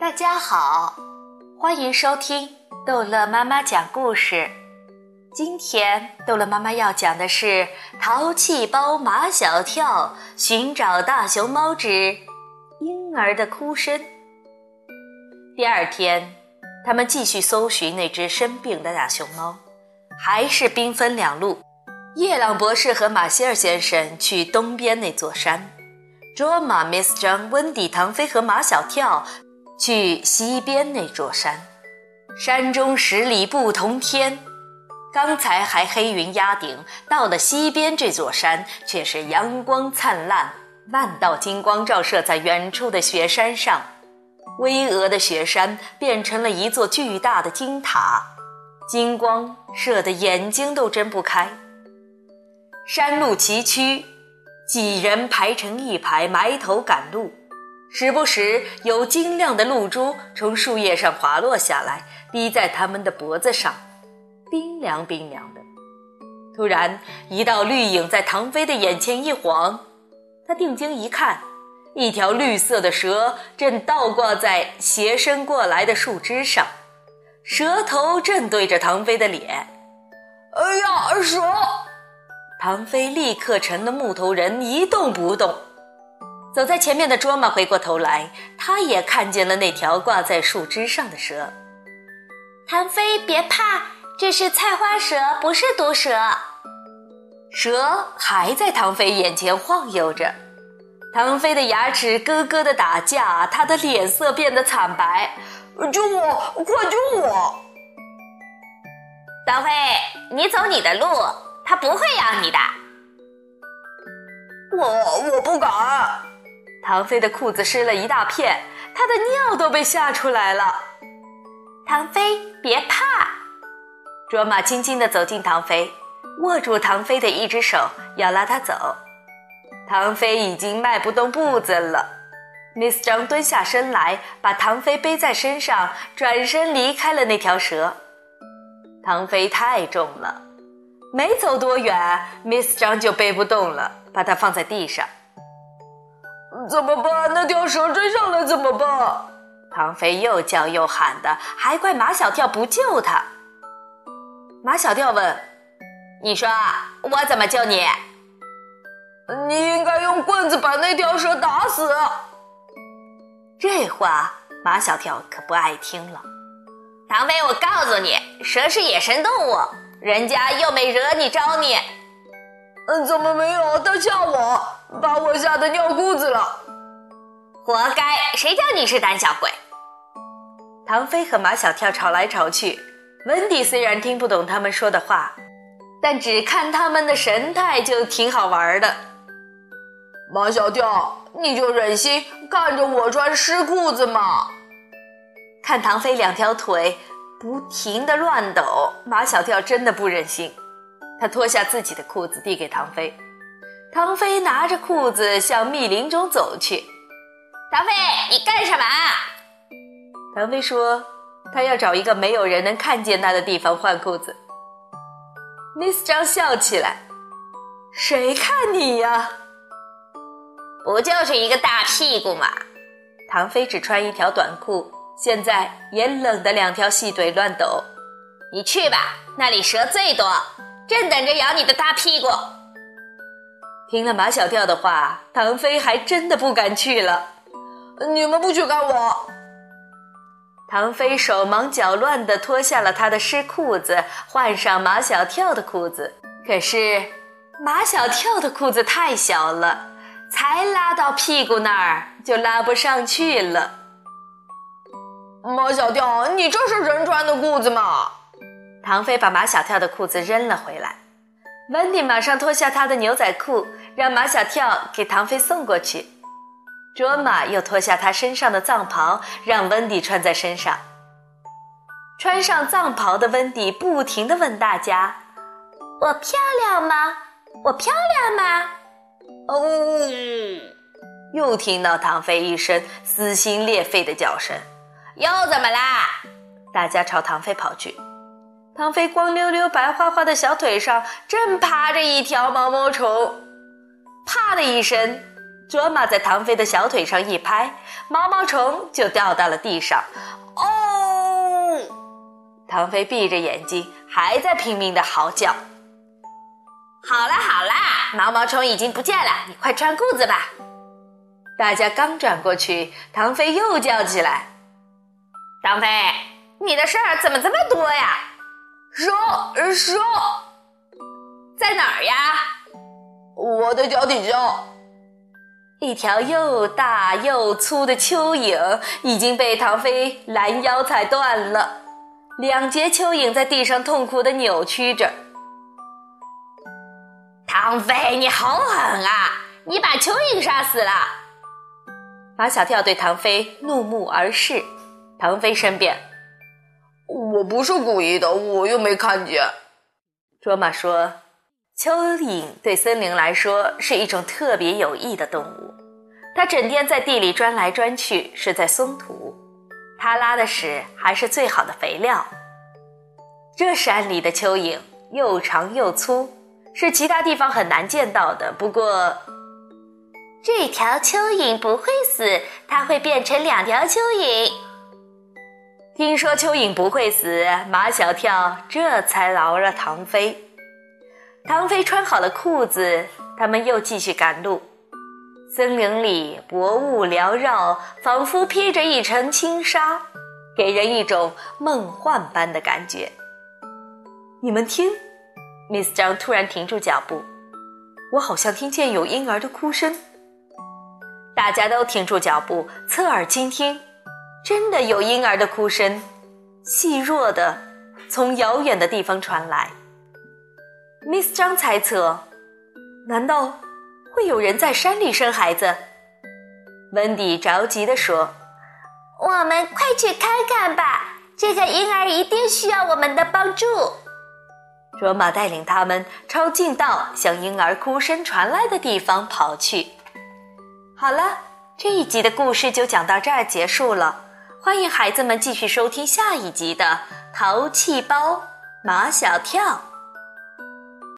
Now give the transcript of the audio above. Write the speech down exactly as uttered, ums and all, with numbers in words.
大家好，欢迎收听逗乐妈妈讲故事。今天逗乐妈妈要讲的是淘气包马小跳寻找大熊猫之婴儿的哭声。第二天，他们继续搜寻那只生病的大熊猫，还是兵分两路。叶朗博士和马歇尔先生去东边那座山，卓玛、Miss 张、温迪、唐飞和马小跳去西边那座山。山中十里不同天，刚才还黑云压顶，到了西边这座山却是阳光灿烂，万道金光照射在远处的雪山上，巍峨的雪山变成了一座巨大的金塔，金光射得眼睛都睁不开。山路崎岖，几人排成一排埋头赶路，时不时有晶亮的露珠从树叶上滑落下来，滴在他们的脖子上，冰凉冰凉的。突然一道绿影在唐飞的眼前一晃，他定睛一看，一条绿色的蛇正倒挂在斜伸过来的树枝上，蛇头正对着唐飞的脸。哎呀，蛇！唐飞立刻成了木头人，一动不动。走在前面的卓玛回过头来，他也看见了那条挂在树枝上的蛇。 唐飞别怕，这是菜花蛇，不是毒蛇。 蛇还在唐飞眼前晃悠着，唐飞的牙齿咯咯地打架，他的脸色变得惨白。救我，快救我！ 唐飞，你走你的路，他不会咬你的。 我我不敢。唐飞的裤子湿了一大片，他的尿都被吓出来了。 唐飞别怕。 卓玛轻轻地走近唐飞，握住唐飞的一只手，要拉他走。唐飞已经迈不动步子了。Miss 张蹲下身来，把唐飞背在身上，转身离开了那条蛇。唐飞太重了，没走多远 Miss 张就背不动了，把它放在地上。怎么办？那条蛇追上来怎么办？唐飞又叫又喊的，还怪马小跳不救他。马小跳问：你说我怎么救你？你应该用棍子把那条蛇打死。这话马小跳可不爱听了。 唐飞，我告诉你，蛇是野生动物，人家又没惹你招你。 嗯，怎么没有？他吓我，把我吓得尿裤子了。 活该，谁叫你是胆小鬼。 唐飞和马小跳吵来吵去，温迪虽然听不懂他们说的话，但只看他们的神态就挺好玩的。马小跳，你就忍心看着我穿湿裤子吗？看唐飞两条腿不停地乱抖，马小跳真的不忍心。他脱下自己的裤子递给唐飞，唐飞拿着裤子向密林中走去。 唐飞，你干什么？ 唐飞说他要找一个没有人能看见他的地方换裤子。Miss 张笑起来，谁看你呀？ 不就是一个大屁股吗？ 唐飞只穿一条短裤，现在也冷得两条细腿乱抖。 你去吧，那里蛇最多，正等着咬你的大屁股。 听了马小跳的话，唐飞还真的不敢去了。你们不许赶我！唐飞手忙脚乱地脱下了他的湿裤子，换上马小跳的裤子。可是马小跳的裤子太小了，才拉到屁股那儿就拉不上去了。马小跳，你这是人穿的裤子吗？唐飞把马小跳的裤子扔了回来。温迪马上脱下他的牛仔裤，让马小跳给唐飞送过去。卓玛又脱下他身上的藏袍，让温迪穿在身上。穿上藏袍的温迪不停地问大家： 我漂亮吗？我漂亮吗？ 哦，又听到唐飞一声撕心裂肺的叫声。 又怎么啦？ 大家朝唐飞跑去。唐飞光溜溜白花花的小腿上正爬着一条毛毛虫，啪的一声， 卓玛在唐飞的小腿上一拍，毛毛虫就掉到了地上。哦！唐飞闭着眼睛，还在拼命地嚎叫。 好啦好啦，毛毛虫已经不见了，你快穿裤子吧。 大家刚转过去，唐飞又叫起来。 唐飞，你的事儿怎么这么多呀？ 说说， 在哪儿呀？ 我的脚底下。 一条又大又粗的蚯蚓已经被唐飞拦腰踩断了，两节蚯蚓在地上痛苦地扭曲着。 唐飞，你好狠啊！你把蚯蚓杀死了。 马小跳对唐飞怒目而视，唐飞申辩： 我不是故意的，我又没看见。 卓玛说，蚯蚓对森林来说是一种特别有益的动物，它整天在地里钻来钻去，是在松土，它拉的屎还是最好的肥料。这山里的蚯蚓又长又粗，是其他地方很难见到的，不过这条蚯蚓不会死，它会变成两条蚯蚓。 听说蚯蚓不会死，马小跳这才饶了唐飞。唐飞穿好了裤子，他们又继续赶路。森林里薄雾缭绕，仿佛披着一层轻纱，给人一种梦幻般的感觉。你们听，Miss 张突然停住脚步，我好像听见有婴儿的哭声。大家都停住脚步，侧耳倾听，真的有婴儿的哭声，细弱的从遥远的地方传来。Miss 张猜测，难道会有人在山里生孩子？温迪着急地说， 我们快去看看吧，这个婴儿一定需要我们的帮助。 卓玛带领他们朝近道向婴儿哭声传来的地方跑去。好了，这一集的故事就讲到这儿结束了，欢迎孩子们继续收听下一集的淘气包马小跳。